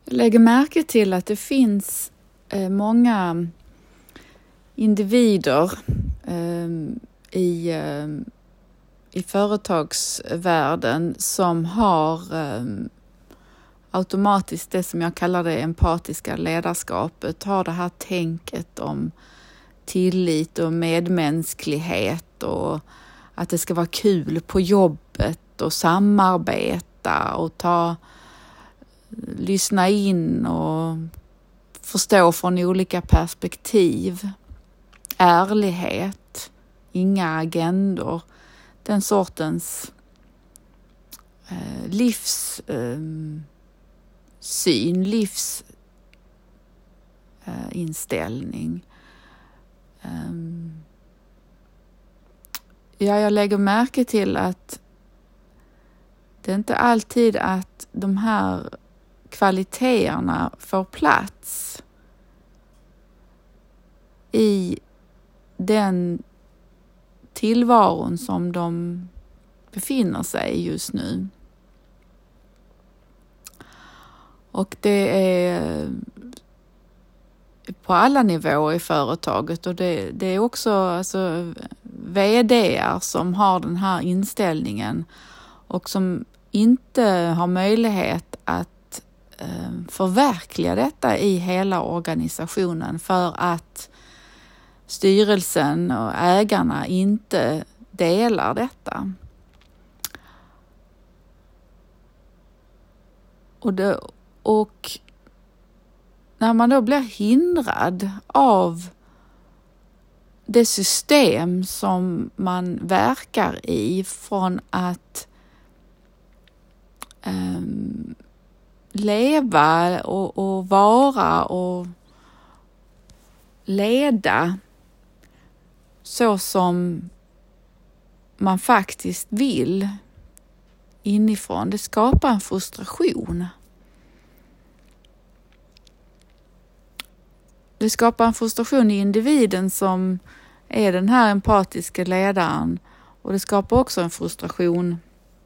Jag lägger märke till att det finns många individer i företagsvärlden som har automatiskt det som jag kallar det empatiska ledarskapet, har det här tänket om tillit och medmänsklighet och att det ska vara kul på jobbet och samarbeta och lyssna in och förstå från olika perspektiv. Ärlighet, inga agendor, den sortens livsinställning. Jag lägger märke till att det är inte alltid att de här kvaliteterna får plats i den tillvaron som de befinner sig i just nu. Och det är på alla nivåer i företaget, och det är också vd:ar som har den här inställningen och som inte har möjlighet att förverkliga detta i hela organisationen för att styrelsen och ägarna inte delar detta. Och när man då blir hindrad av det system som man verkar i från att leva och vara och leda så som man faktiskt vill inifrån, det skapar en frustration. Det skapar en frustration i individen som är den här empatiska ledaren, och det skapar också en frustration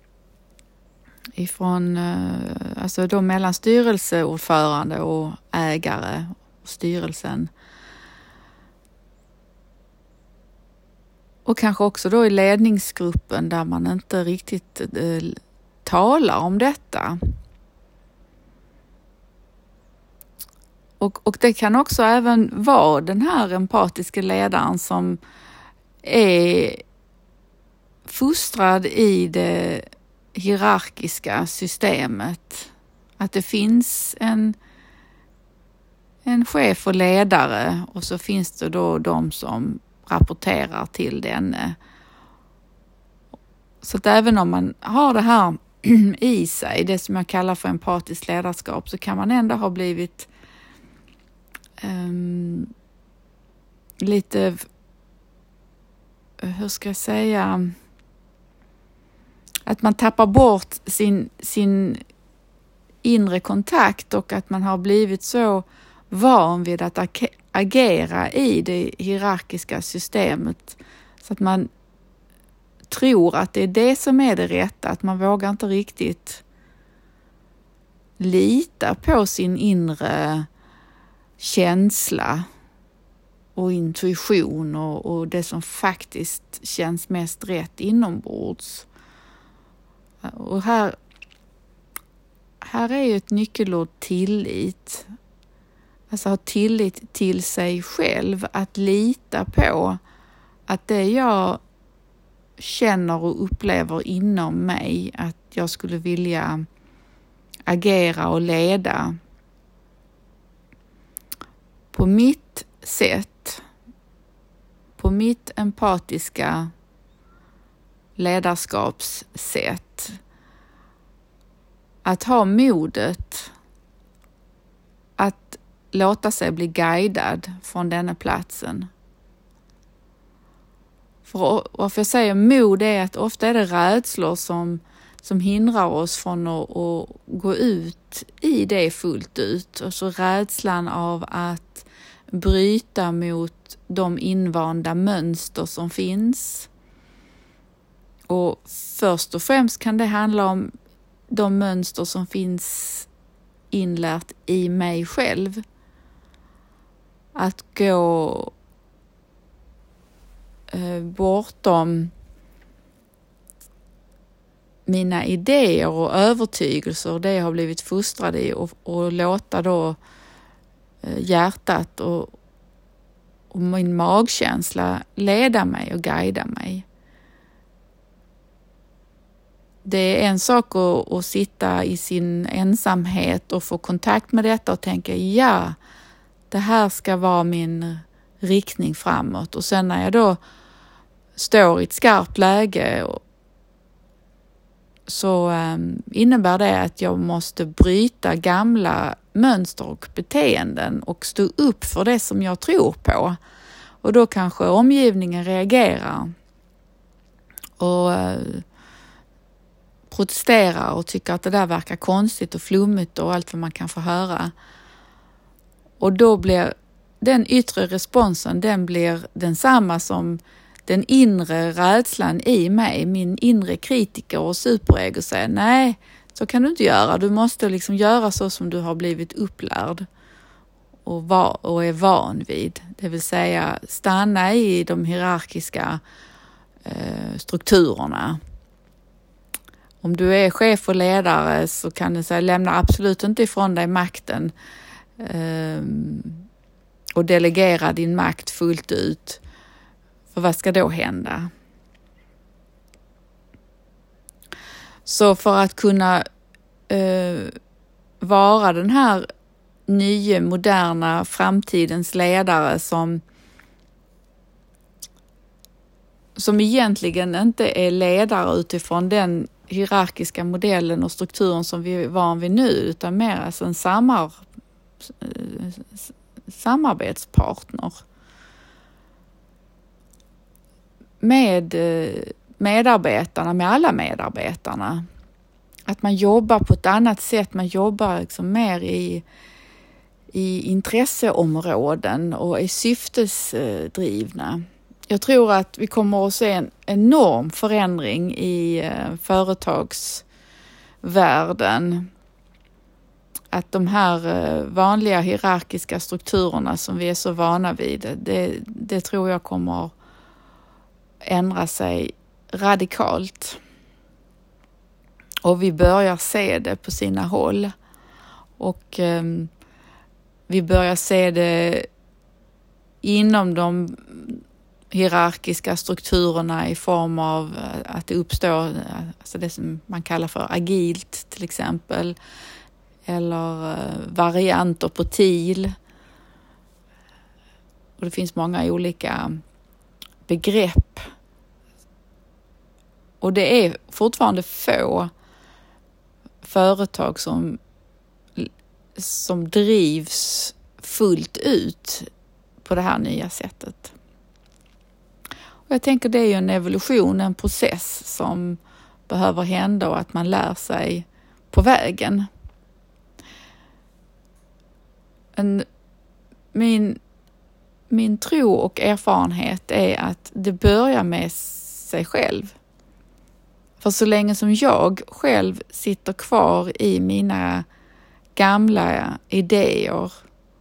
ifrån, då mellan styrelseordförande och ägare och styrelsen. Och kanske också då i ledningsgruppen där man inte riktigt talar om detta. Och det kan också även vara den här empatiska ledaren som är fostrad i det hierarkiska systemet. Att det finns en chef och ledare, och så finns det då de som rapporterar till denne. Så att även om man har det här i sig, det som jag kallar för empatiskt ledarskap, så kan man ändå ha blivit lite, hur ska jag säga, att man tappar bort sin inre kontakt, och att man har blivit så van vid att agera i det hierarkiska systemet så att man tror att det är det som är det rätta, att man vågar inte riktigt lita på sin inre känsla och intuition och det som faktiskt känns mest rätt inombords. Och här är ju ett nyckelord tillit. Alltså ha tillit till sig själv, att lita på att det jag känner och upplever inom mig, att jag skulle vilja agera och leda på mitt sätt, på mitt empatiska ledarskapssätt. Att ha modet att låta sig bli guidad från denna platsen. För varför jag säger mod är att ofta är det rädslor som hindrar oss från att gå ut i det fullt ut. Och så rädslan av att bryta mot de invanda mönster som finns. Och först och främst kan det handla om de mönster som finns inlärt i mig själv. Att gå bortom mina idéer och övertygelser, det jag har blivit fostrad i, och låta då hjärtat och min magkänsla leda mig och guida mig. Det är en sak att sitta i sin ensamhet och få kontakt med detta och tänka, ja, det här ska vara min riktning framåt. Och sen när jag då står i ett skarpt läge så innebär det att jag måste bryta gamla mönster och beteenden och stå upp för det som jag tror på. Och då kanske omgivningen reagerar och protesterar och tycker att det där verkar konstigt och flummigt och allt vad man kan få höra. Och då blir den yttre responsen, den blir densamma som den inre rädslan i mig, min inre kritiker och superego säger, nej, så kan du inte göra. Du måste liksom göra så som du har blivit upplärd och är van vid. Det vill säga stanna i de hierarkiska strukturerna. Om du är chef och ledare så kan du säga, lämna absolut inte ifrån dig makten och delegera din makt fullt ut. För vad ska då hända? Så för att kunna vara den här nya, moderna framtidens ledare som egentligen inte är ledare utifrån den hierarkiska modellen och strukturen som vi är van vid nu, utan mer alltså en samarbetspartner med medarbetarna, med alla medarbetarna. Att man jobbar på ett annat sätt, man jobbar liksom mer i intresseområden och är syftesdrivna. Jag tror att vi kommer att se en enorm förändring i företagsvärlden. Att de här vanliga hierarkiska strukturerna som vi är så vana vid, det tror jag kommer att ändra sig radikalt. Och vi börjar se det på sina håll. Och vi börjar se det inom de hierarkiska strukturerna i form av att det uppstår alltså det som man kallar för agilt till exempel, eller varianter på TIL. Och det finns många olika begrepp. Och det är fortfarande få företag som drivs fullt ut på det här nya sättet. Och jag tänker det är ju en evolution, en process som behöver hända och att man lär sig på vägen. Min tro och erfarenhet är att det börjar med sig själv. För så länge som jag själv sitter kvar i mina gamla idéer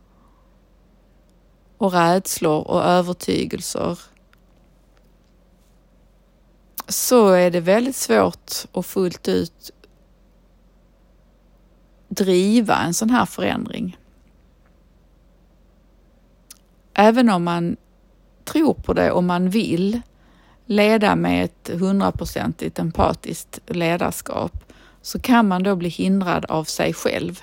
och rädslor och övertygelser, så är det väldigt svårt att fullt ut driva en sån här förändring. Även om man tror på det och man vill leda med ett 100% empatiskt ledarskap, så kan man då bli hindrad av sig själv.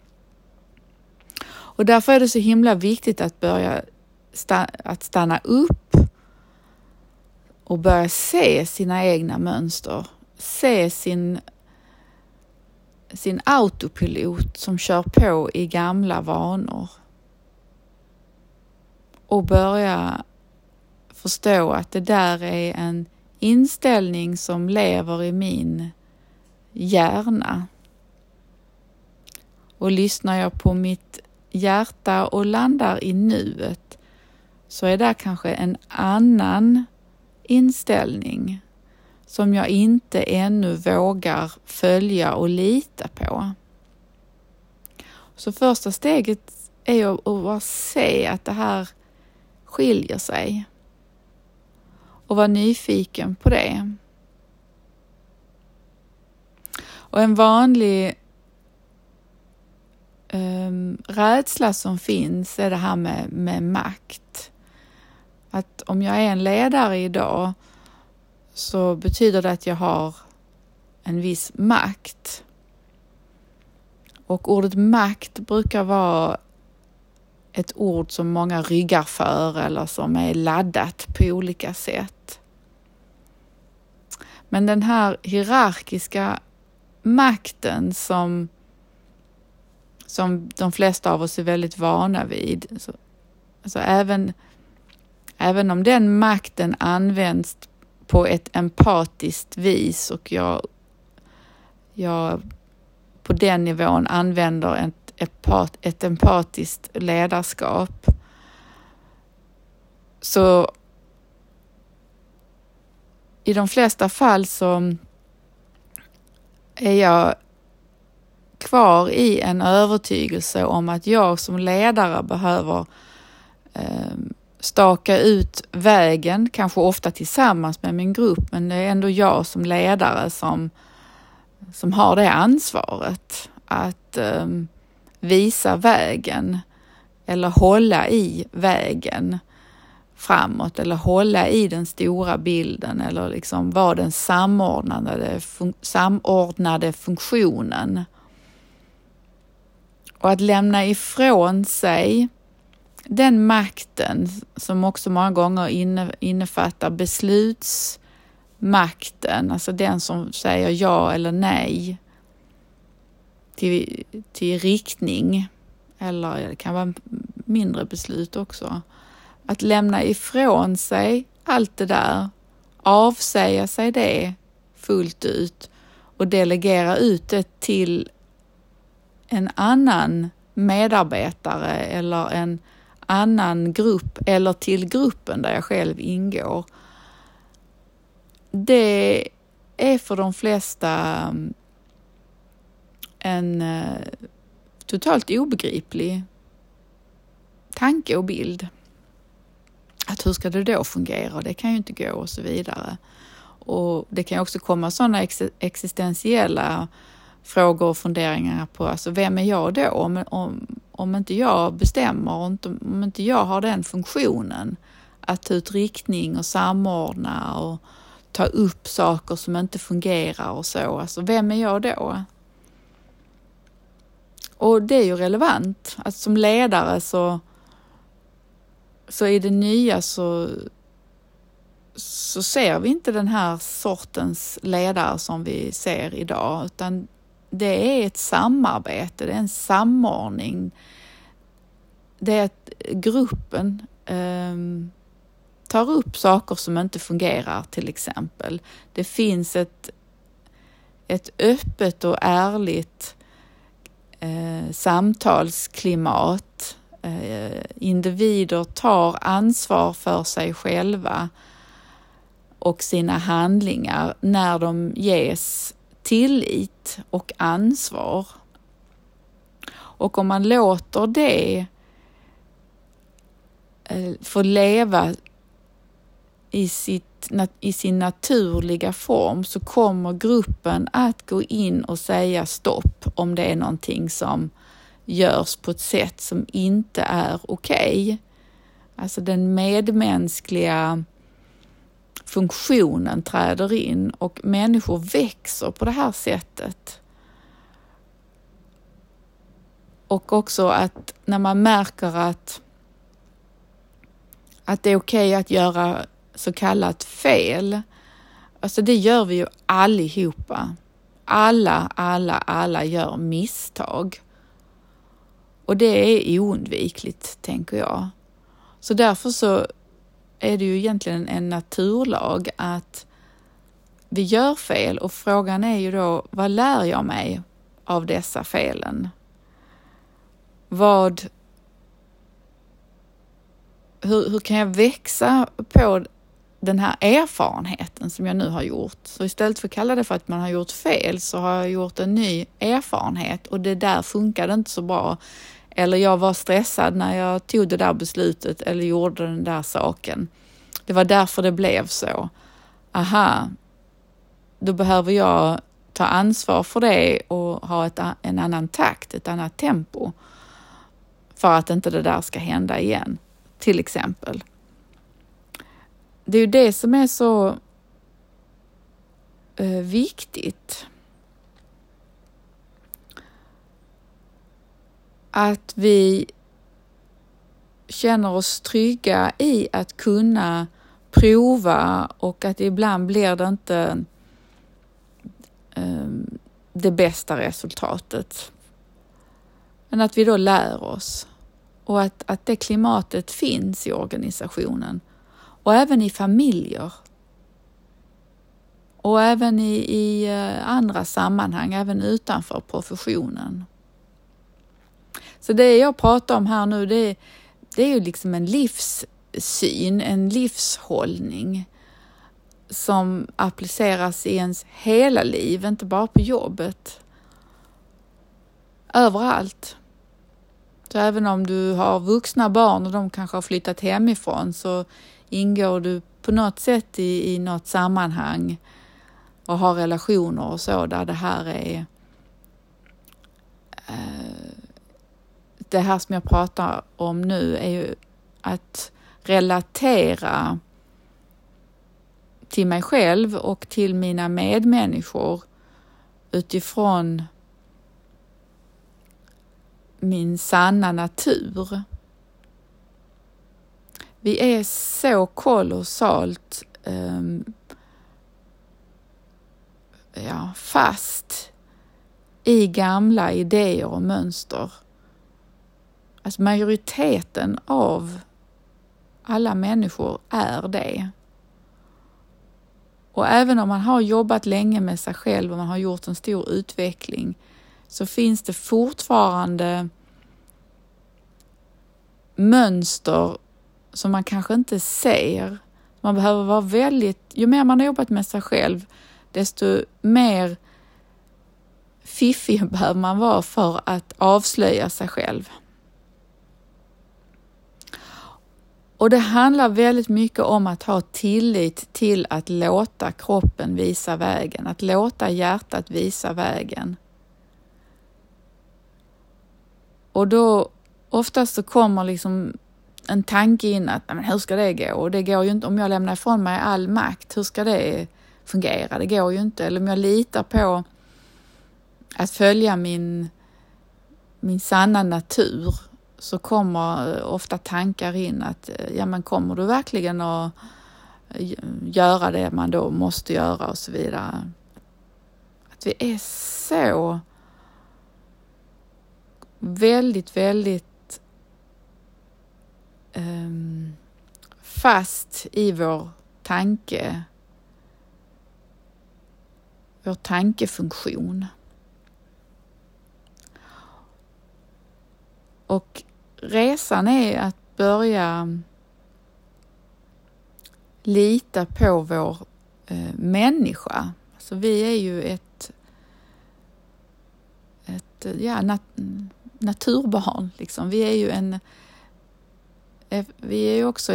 Och därför är det så himla viktigt att börja att stanna upp och börja se sina egna mönster. Se sin autopilot som kör på i gamla vanor. Och börja förstå att det där är en inställning som lever i min hjärna. Och lyssnar jag på mitt hjärta och landar i nuet, så är det kanske en annan inställning som jag inte ännu vågar följa och lita på. Så första steget är ju att bara se att det här skiljer sig. Och vara nyfiken på det. Och en vanlig rädsla som finns är det här med makt. Att om jag är en ledare idag så betyder det att jag har en viss makt. Och ordet makt brukar vara ett ord som många ryggar för eller som är laddat på olika sätt. Men den här hierarkiska makten som de flesta av oss är väldigt vana vid. Alltså även om den makten används på ett empatiskt vis och jag på den nivån använder ett empatiskt ledarskap, så i de flesta fall så är jag kvar i en övertygelse om att jag som ledare behöver staka ut vägen, kanske ofta tillsammans med min grupp, men det är ändå jag som ledare som har det ansvaret att visa vägen eller hålla i vägen framåt eller hålla i den stora bilden eller liksom vara den samordnade funktionen. Och att lämna ifrån sig den makten som också många gånger innefattar beslutsmakten, alltså den som säger ja eller nej till riktning, eller det kan vara mindre beslut också. Att lämna ifrån sig allt det där, avsäga sig det fullt ut och delegera ut det till en annan medarbetare eller en annan grupp eller till gruppen där jag själv ingår. Det är för de flesta en totalt obegriplig tanke och bild. Att hur ska det då fungera? Det kan ju inte gå och så vidare. Och det kan också komma sådana existentiella frågor och funderingar på, alltså vem är jag då om inte jag bestämmer och om inte jag har den funktionen att ta ut riktning och samordna och ta upp saker som inte fungerar och så. Alltså vem är jag då? Och det är ju relevant. Alltså som ledare så i det nya så ser vi inte den här sortens ledare som vi ser idag, utan det är ett samarbete, det är en samordning. Det är att gruppen tar upp saker som inte fungerar till exempel. Det finns ett öppet och ärligt samtalsklimat. Individer tar ansvar för sig själva och sina handlingar när de ges tillit och ansvar. Och om man låter det få leva i sin naturliga form, så kommer gruppen att gå in och säga stopp om det är någonting som görs på ett sätt som inte är okej. Alltså den medmänskliga funktionen träder in och människor växer på det här sättet. Och också att när man märker att det är okej att göra så kallat fel. Alltså det gör vi ju allihopa. Alla gör misstag. Och det är oundvikligt, tänker jag. Så därför så är det ju egentligen en naturlag att vi gör fel, och frågan är ju då, vad lär jag mig av dessa felen? Hur kan jag växa på den här erfarenheten som jag nu har gjort. Så istället för att kalla det för att man har gjort fel så har jag gjort en ny erfarenhet och det där funkade inte så bra. Eller jag var stressad när jag tog det där beslutet eller gjorde den där saken. Det var därför det blev så. Aha, då behöver jag ta ansvar för det och ha en annan takt, ett annat tempo för att inte det där ska hända igen, till exempel. Det är ju det som är så viktigt. Att vi känner oss trygga i att kunna prova och att ibland blir det inte det bästa resultatet. Men att vi då lär oss och att det klimatet finns i organisationen och även i familjer och även i andra sammanhang, även utanför professionen. Så det jag pratar om här nu, det är ju liksom en livssyn, en livshållning som appliceras i ens hela liv, inte bara på jobbet. Överallt. Så även om du har vuxna barn och de kanske har flyttat hemifrån så ingår du på något sätt i något sammanhang och har relationer och så där det här är det här som jag pratar om nu är ju att relatera till mig själv och till mina medmänniskor utifrån min sanna natur. Vi är så kolossalt fast i gamla idéer och mönster. Alltså majoriteten av alla människor är det. Och även om man har jobbat länge med sig själv och man har gjort en stor utveckling så finns det fortfarande mönster som man kanske inte ser. Man behöver vara ju mer man har jobbat med sig själv, desto mer fiffig behöver man vara för att avslöja sig själv. Och det handlar väldigt mycket om att ha tillit till att låta kroppen visa vägen, att låta hjärtat visa vägen. Och då oftast så kommer liksom en tanke in att men hur ska det gå? Och det går ju inte om jag lämnar ifrån mig all makt. Hur ska det fungera? Det går ju inte. Eller om jag litar på att följa min sanna natur så kommer ofta tankar in att ja men kommer du verkligen att göra det man då måste göra och så vidare. Att vi är så väldigt, väldigt fast i vår tankefunktion. Och resan är att börja lita på vår människa. Alltså vi är ju ett naturbarn liksom. Vi är ju också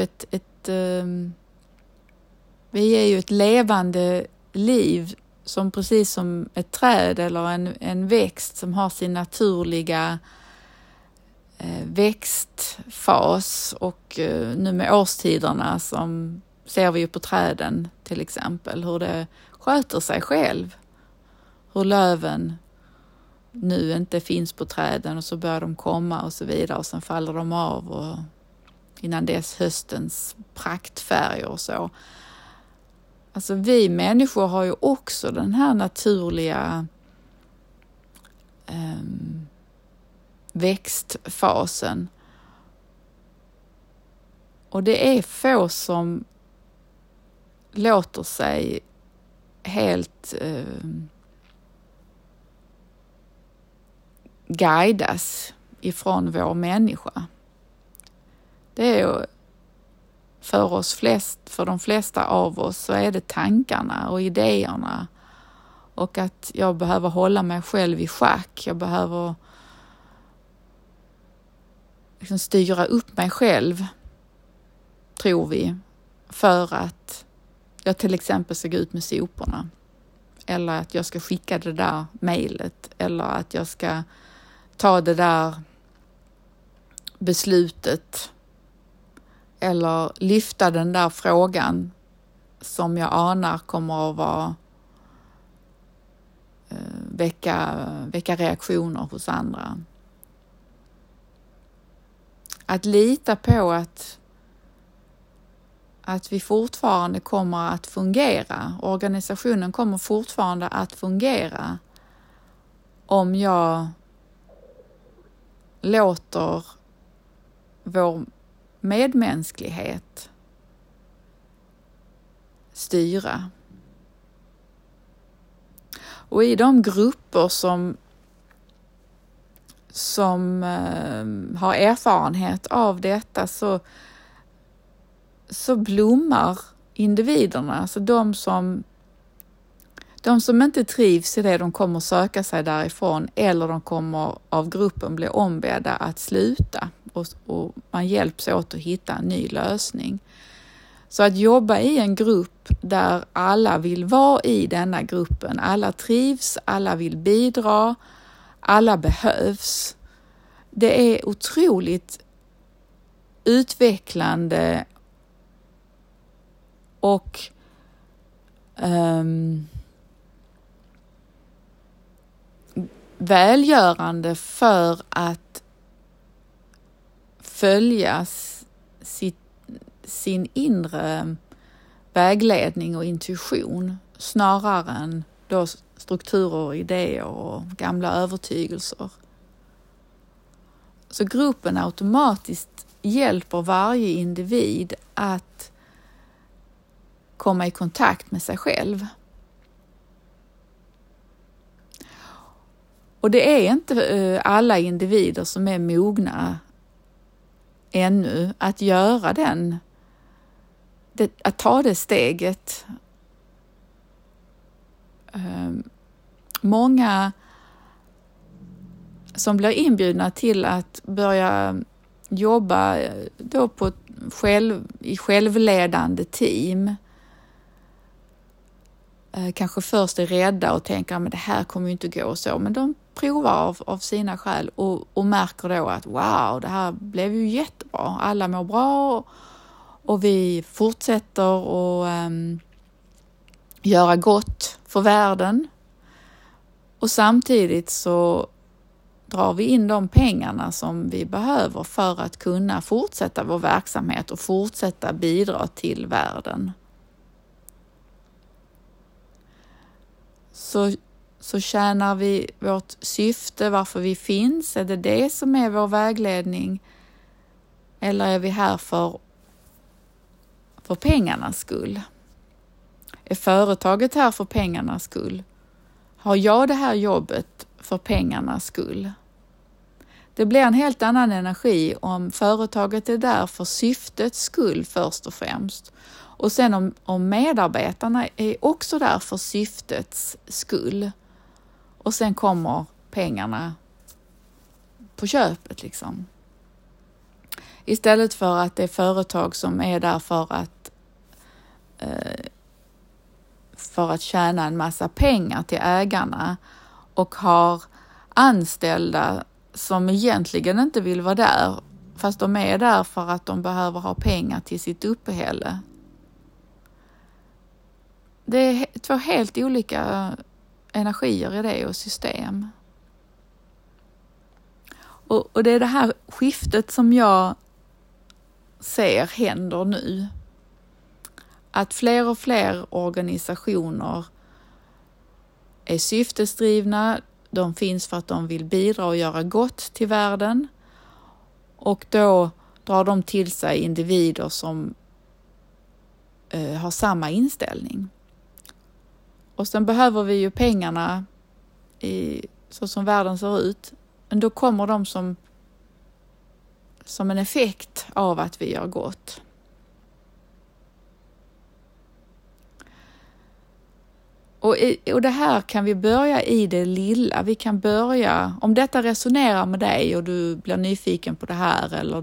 vi är ju ett levande liv som precis som ett träd eller en växt som har sin naturliga växtfas och nu med årstiderna som ser vi ju på träden till exempel hur det sköter sig själv. Hur löven nu inte finns på träden och så börjar de komma och så vidare och sen faller de av och innan dess höstens praktfärger och så. Alltså vi människor har ju också den här naturliga växtfasen. Och det är få som låter sig helt guidas ifrån vår människa. Det är för de flesta av oss så är det tankarna och idéerna, och att jag behöver hålla mig själv i schack. Jag behöver liksom styra upp mig själv, tror vi, för att jag till exempel ska gå ut med soporna, eller att jag ska skicka det där mejlet, eller att jag ska ta det där beslutet, eller lyfta den där frågan som jag anar kommer att vara väcka reaktioner hos andra. Att lita på att vi fortfarande kommer att fungera. Organisationen kommer fortfarande att fungera om jag låter vår medmänsklighet styra. Och i de grupper som har erfarenhet av detta så blommar individerna. Alltså de som inte trivs i det, de kommer söka sig därifrån, eller de kommer av gruppen bli ombedda att sluta, och man hjälps åt att hitta en ny lösning. Så att jobba i en grupp där alla vill vara i denna gruppen, alla trivs, alla vill bidra, alla behövs. Det är otroligt utvecklande och välgörande för att följa sin inre vägledning och intuition, snarare än då strukturer, idéer och gamla övertygelser. Så gruppen automatiskt hjälper varje individ att komma i kontakt med sig själv. Och det är inte alla individer som är mogna ännu att göra att ta det steget. Många som blir inbjudna till att börja jobba då i självledande team kanske först är rädda och tänker att det här kommer ju inte gå så, men de provar av sina skäl och märker då att wow, det här blev ju jättebra, alla mår bra och vi fortsätter att göra gott för världen, och samtidigt så drar vi in de pengarna som vi behöver för att kunna fortsätta vår verksamhet och fortsätta bidra till världen. Så tjänar vi vårt syfte, varför vi finns. Är det som är vår vägledning? Eller är vi här för pengarnas skull? Är företaget här för pengarnas skull? Har jag det här jobbet för pengarnas skull? Det blir en helt annan energi om företaget är där för syftets skull först och främst. Och sen om medarbetarna är också där för syftets skull. Och sen kommer pengarna på köpet liksom. Istället för att det är företag som är där för att tjäna en massa pengar till ägarna och har anställda som egentligen inte vill vara där, fast de är där för att de behöver ha pengar till sitt uppehälle. Det är två helt olika energier i det och system. Och det är det här skiftet som jag ser händer nu. Att fler och fler organisationer är syftesdrivna. De finns för att de vill bidra och göra gott till världen. Och då drar de till sig individer som har samma inställning. Och sen behöver vi ju pengarna så som världen ser ut. Men då kommer de som en effekt av att vi gör gott. Och det här kan vi börja i det lilla. Vi kan börja, om detta resonerar med dig och du blir nyfiken på det här, eller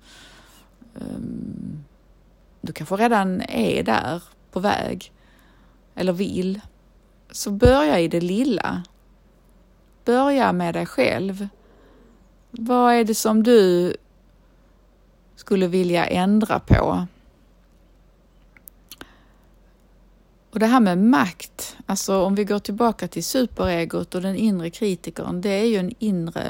du kanske redan är där på väg eller vill, så börja i det lilla. Börja med dig själv. Vad är det som du skulle vilja ändra på? Och det här med makt, alltså om vi går tillbaka till superegot och den inre kritikern, det är ju en inre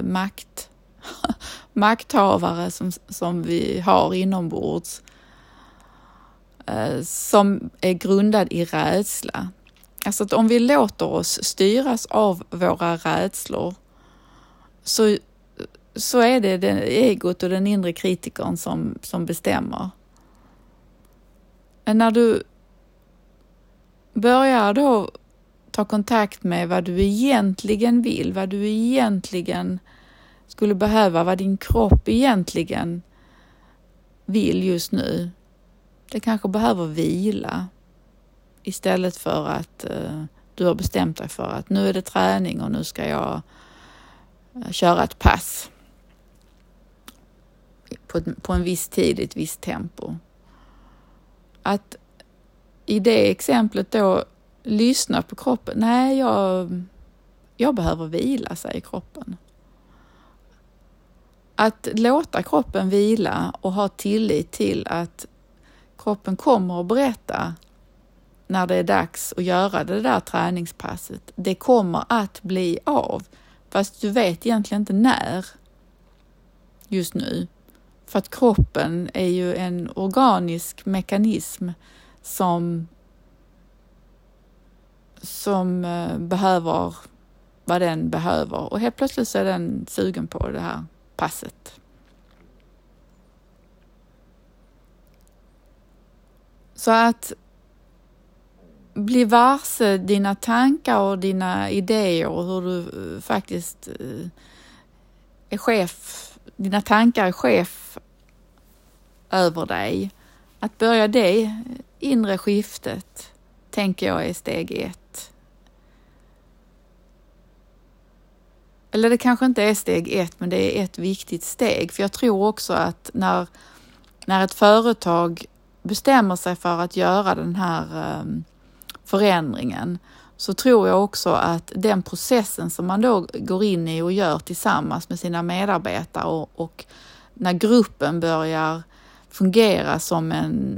makthavare som vi har inombords, som är grundad i rädsla. Alltså att om vi låter oss styras av våra rädslor, så är det egot och den inre kritikern som bestämmer. Men när du börjar då ta kontakt med vad du egentligen vill, vad du egentligen skulle behöva, vad din kropp egentligen vill just nu. Det kanske behöver vila istället för att du har bestämt dig för att nu är det träning och nu ska jag köra ett pass på en viss tid, i ett visst tempo. Att i det exemplet då lyssna på kroppen. Nej, jag behöver vila, säger kroppen. Att låta kroppen vila och ha tillit till att kroppen kommer att berätta när det är dags att göra det där träningspasset. Det kommer att bli av, fast du vet egentligen inte när just nu. För att kroppen är ju en organisk mekanism som behöver vad den behöver. Och helt plötsligt så är den sugen på det här passet. Så att bli varse dina tankar och dina idéer och hur du faktiskt är chef. Dina tankar är chef över dig. Att börja det inre skiftet tänker jag är steg 1. Eller det kanske inte är steg 1, men det är ett viktigt steg. För jag tror också att när ett företag bestämmer sig för att göra den här förändringen, så tror jag också att den processen som man då går in i och gör tillsammans med sina medarbetare och när gruppen börjar fungera som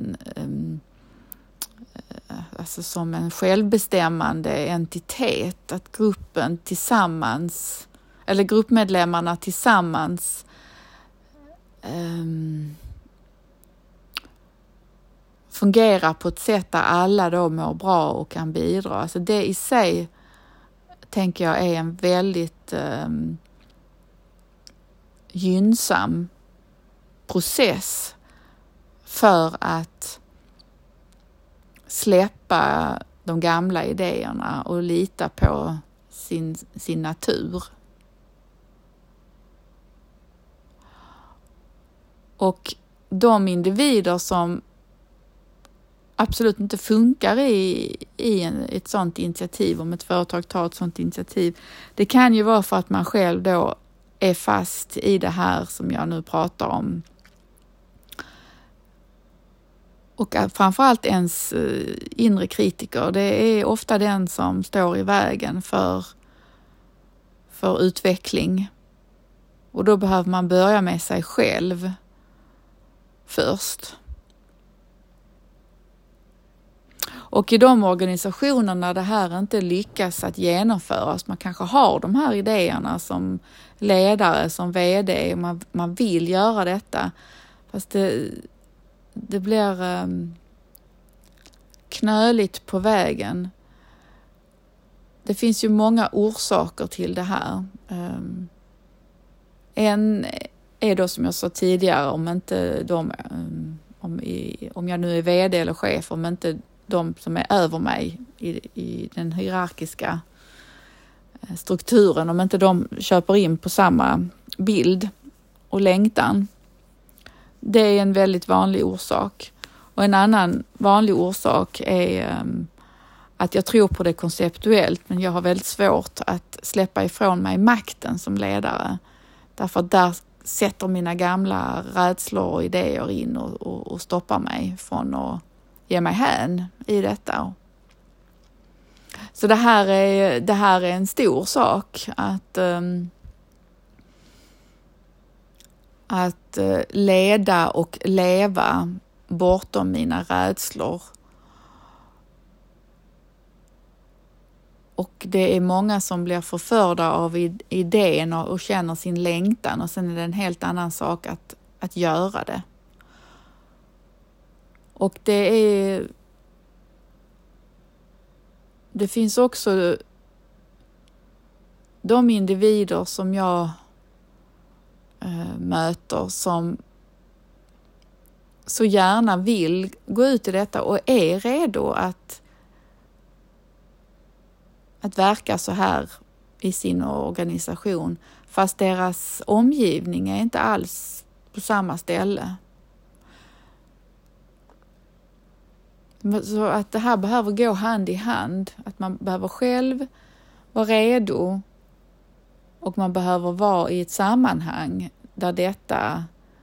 som en självbestämmande entitet, att gruppen tillsammans, eller gruppmedlemmarna tillsammans fungerar på ett sätt där alla då mår bra och kan bidra. Alltså det i sig tänker jag är en väldigt gynnsam process för att släppa de gamla idéerna och lita på sin natur. Och de individer som absolut inte funkar i ett sådant initiativ, om ett företag tar ett sådant initiativ, det kan ju vara för att man själv då är fast i det här som jag nu pratar om. Och framförallt ens inre kritiker, det är ofta den som står i vägen för utveckling. Och då behöver man börja med sig själv först. Och i de organisationerna det här inte lyckas att genomföras, man kanske har de här idéerna som ledare, som vd, och man vill göra detta, fast det blir knöligt på vägen. Det finns ju många orsaker till det här. En är då, som jag sa tidigare, om jag nu är vd eller chef, om inte de som är över mig i den hierarkiska strukturen, om inte de köper in på samma bild och längtan. Det är en väldigt vanlig orsak. Och en annan vanlig orsak är att jag tror på det konceptuellt, men jag har väldigt svårt att släppa ifrån mig makten som ledare. Därför att där sätter mina gamla rädslor och idéer in och stoppar mig från att ge mig hän i detta. Så det här är en stor sak att leda och leva bortom mina rädslor. Och det är många som blir förförda av idén och känner sin längtan, och sen är det en helt annan sak att göra det. Och det finns också de individer som jag möter som så gärna vill gå ut i detta och är redo att verka så här i sin organisation, fast deras omgivning är inte alls på samma ställe. Så att det här behöver gå hand i hand, att man behöver själv vara redo och man behöver vara i ett sammanhang där detta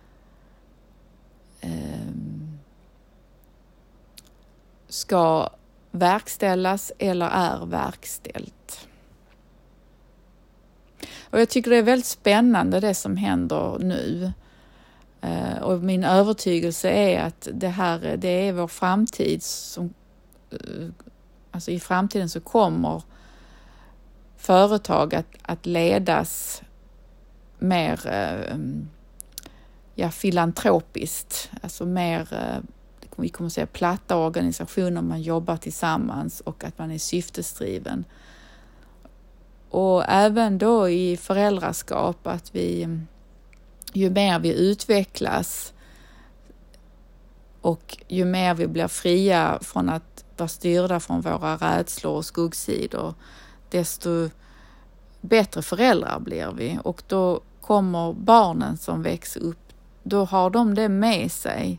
ska verkställas eller är verkställt. Och jag tycker det är väldigt spännande det som händer nu. Och min övertygelse är att det är vår framtid. Alltså i framtiden så kommer företag att ledas mer filantropiskt. Alltså mer, vi kommer att säga platta organisationer, man jobbar tillsammans och att man är syftesdriven. Och även då i föräldraskap, att ju mer vi utvecklas och ju mer vi blir fria från att vara styrda från våra rädslor och skuggsidor, desto bättre föräldrar blir vi. Och då kommer barnen som växer upp, då har de det med sig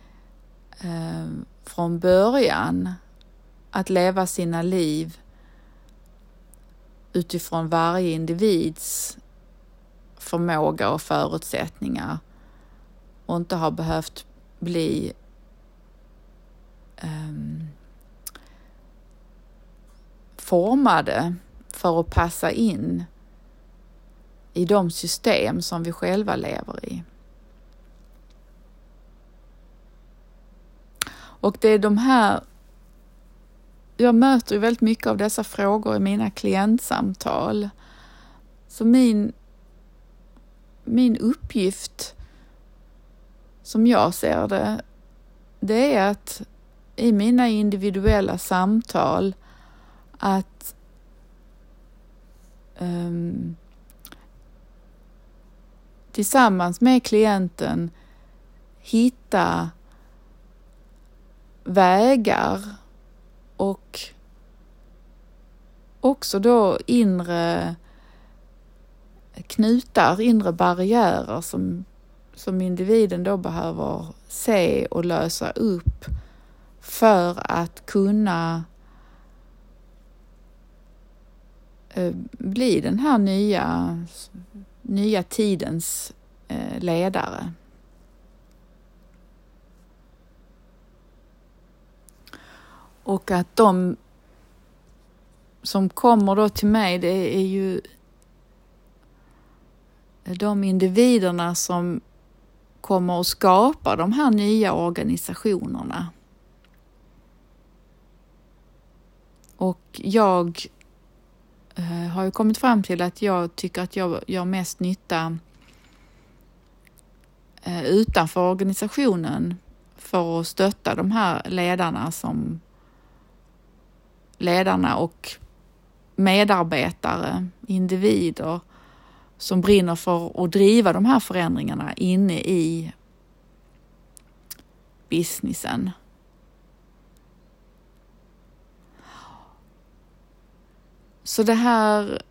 från början att leva sina liv utifrån varje individs förmåga och förutsättningar och inte har behövt bli formade för att passa in i de system som vi själva lever i. Och det är de här, jag möter ju väldigt mycket av dessa frågor i mina klientsamtal. Så min uppgift, som jag ser det är att i mina individuella samtal att tillsammans med klienten hitta vägar och också då inre knutar, inre barriärer som individen då behöver se och lösa upp för att kunna bli den här nya tidens ledare. Och att de som kommer då till mig, det är ju de individerna som kommer att skapa de här nya organisationerna. Och jag har ju kommit fram till att jag tycker att jag gör mest nytta utanför organisationen för att stötta de här ledarna och medarbetare, individer som brinner för att driva de här förändringarna inne i businessen. Så det här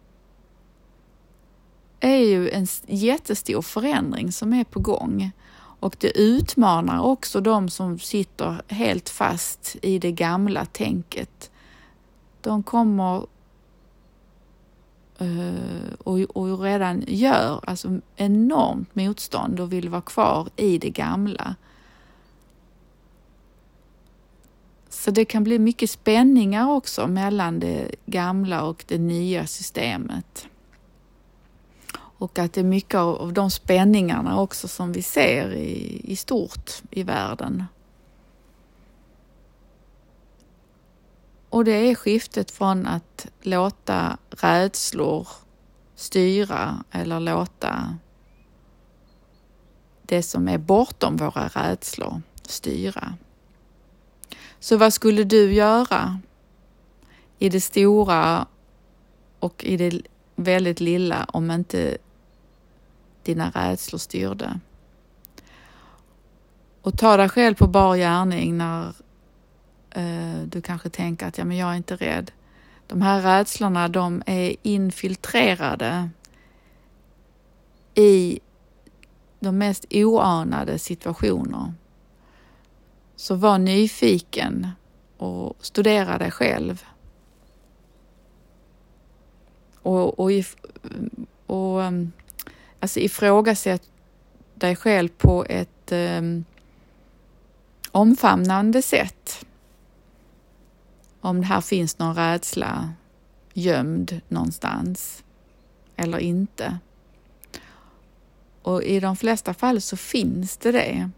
är ju en jättestor förändring som är på gång. Och det utmanar också de som sitter helt fast i det gamla tänket. De kommer och redan gör alltså enormt motstånd och vill vara kvar i det gamla. Så det kan bli mycket spänningar också mellan det gamla och det nya systemet. Och att det är mycket av de spänningarna också som vi ser i stort i världen. Och det är skiftet från att låta rädslor styra eller låta det som är bortom våra rädslor styra. Så vad skulle du göra i det stora och i det väldigt lilla om inte dina rädslor styrde? Och ta dig själv på bar gärning när du kanske tänker att men jag är inte rädd. De här rädslorna, de är infiltrerade i de mest oanade situationer. Så var nyfiken och studera dig själv. Och ifrågasätt dig själv på ett omfamnande sätt. Om det här finns någon rädsla gömd någonstans eller inte. Och i de flesta fall så finns det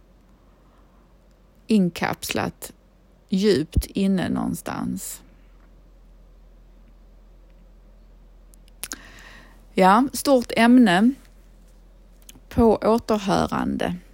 inkapslat djupt inne någonstans. Ja, stort ämne. På återhörande.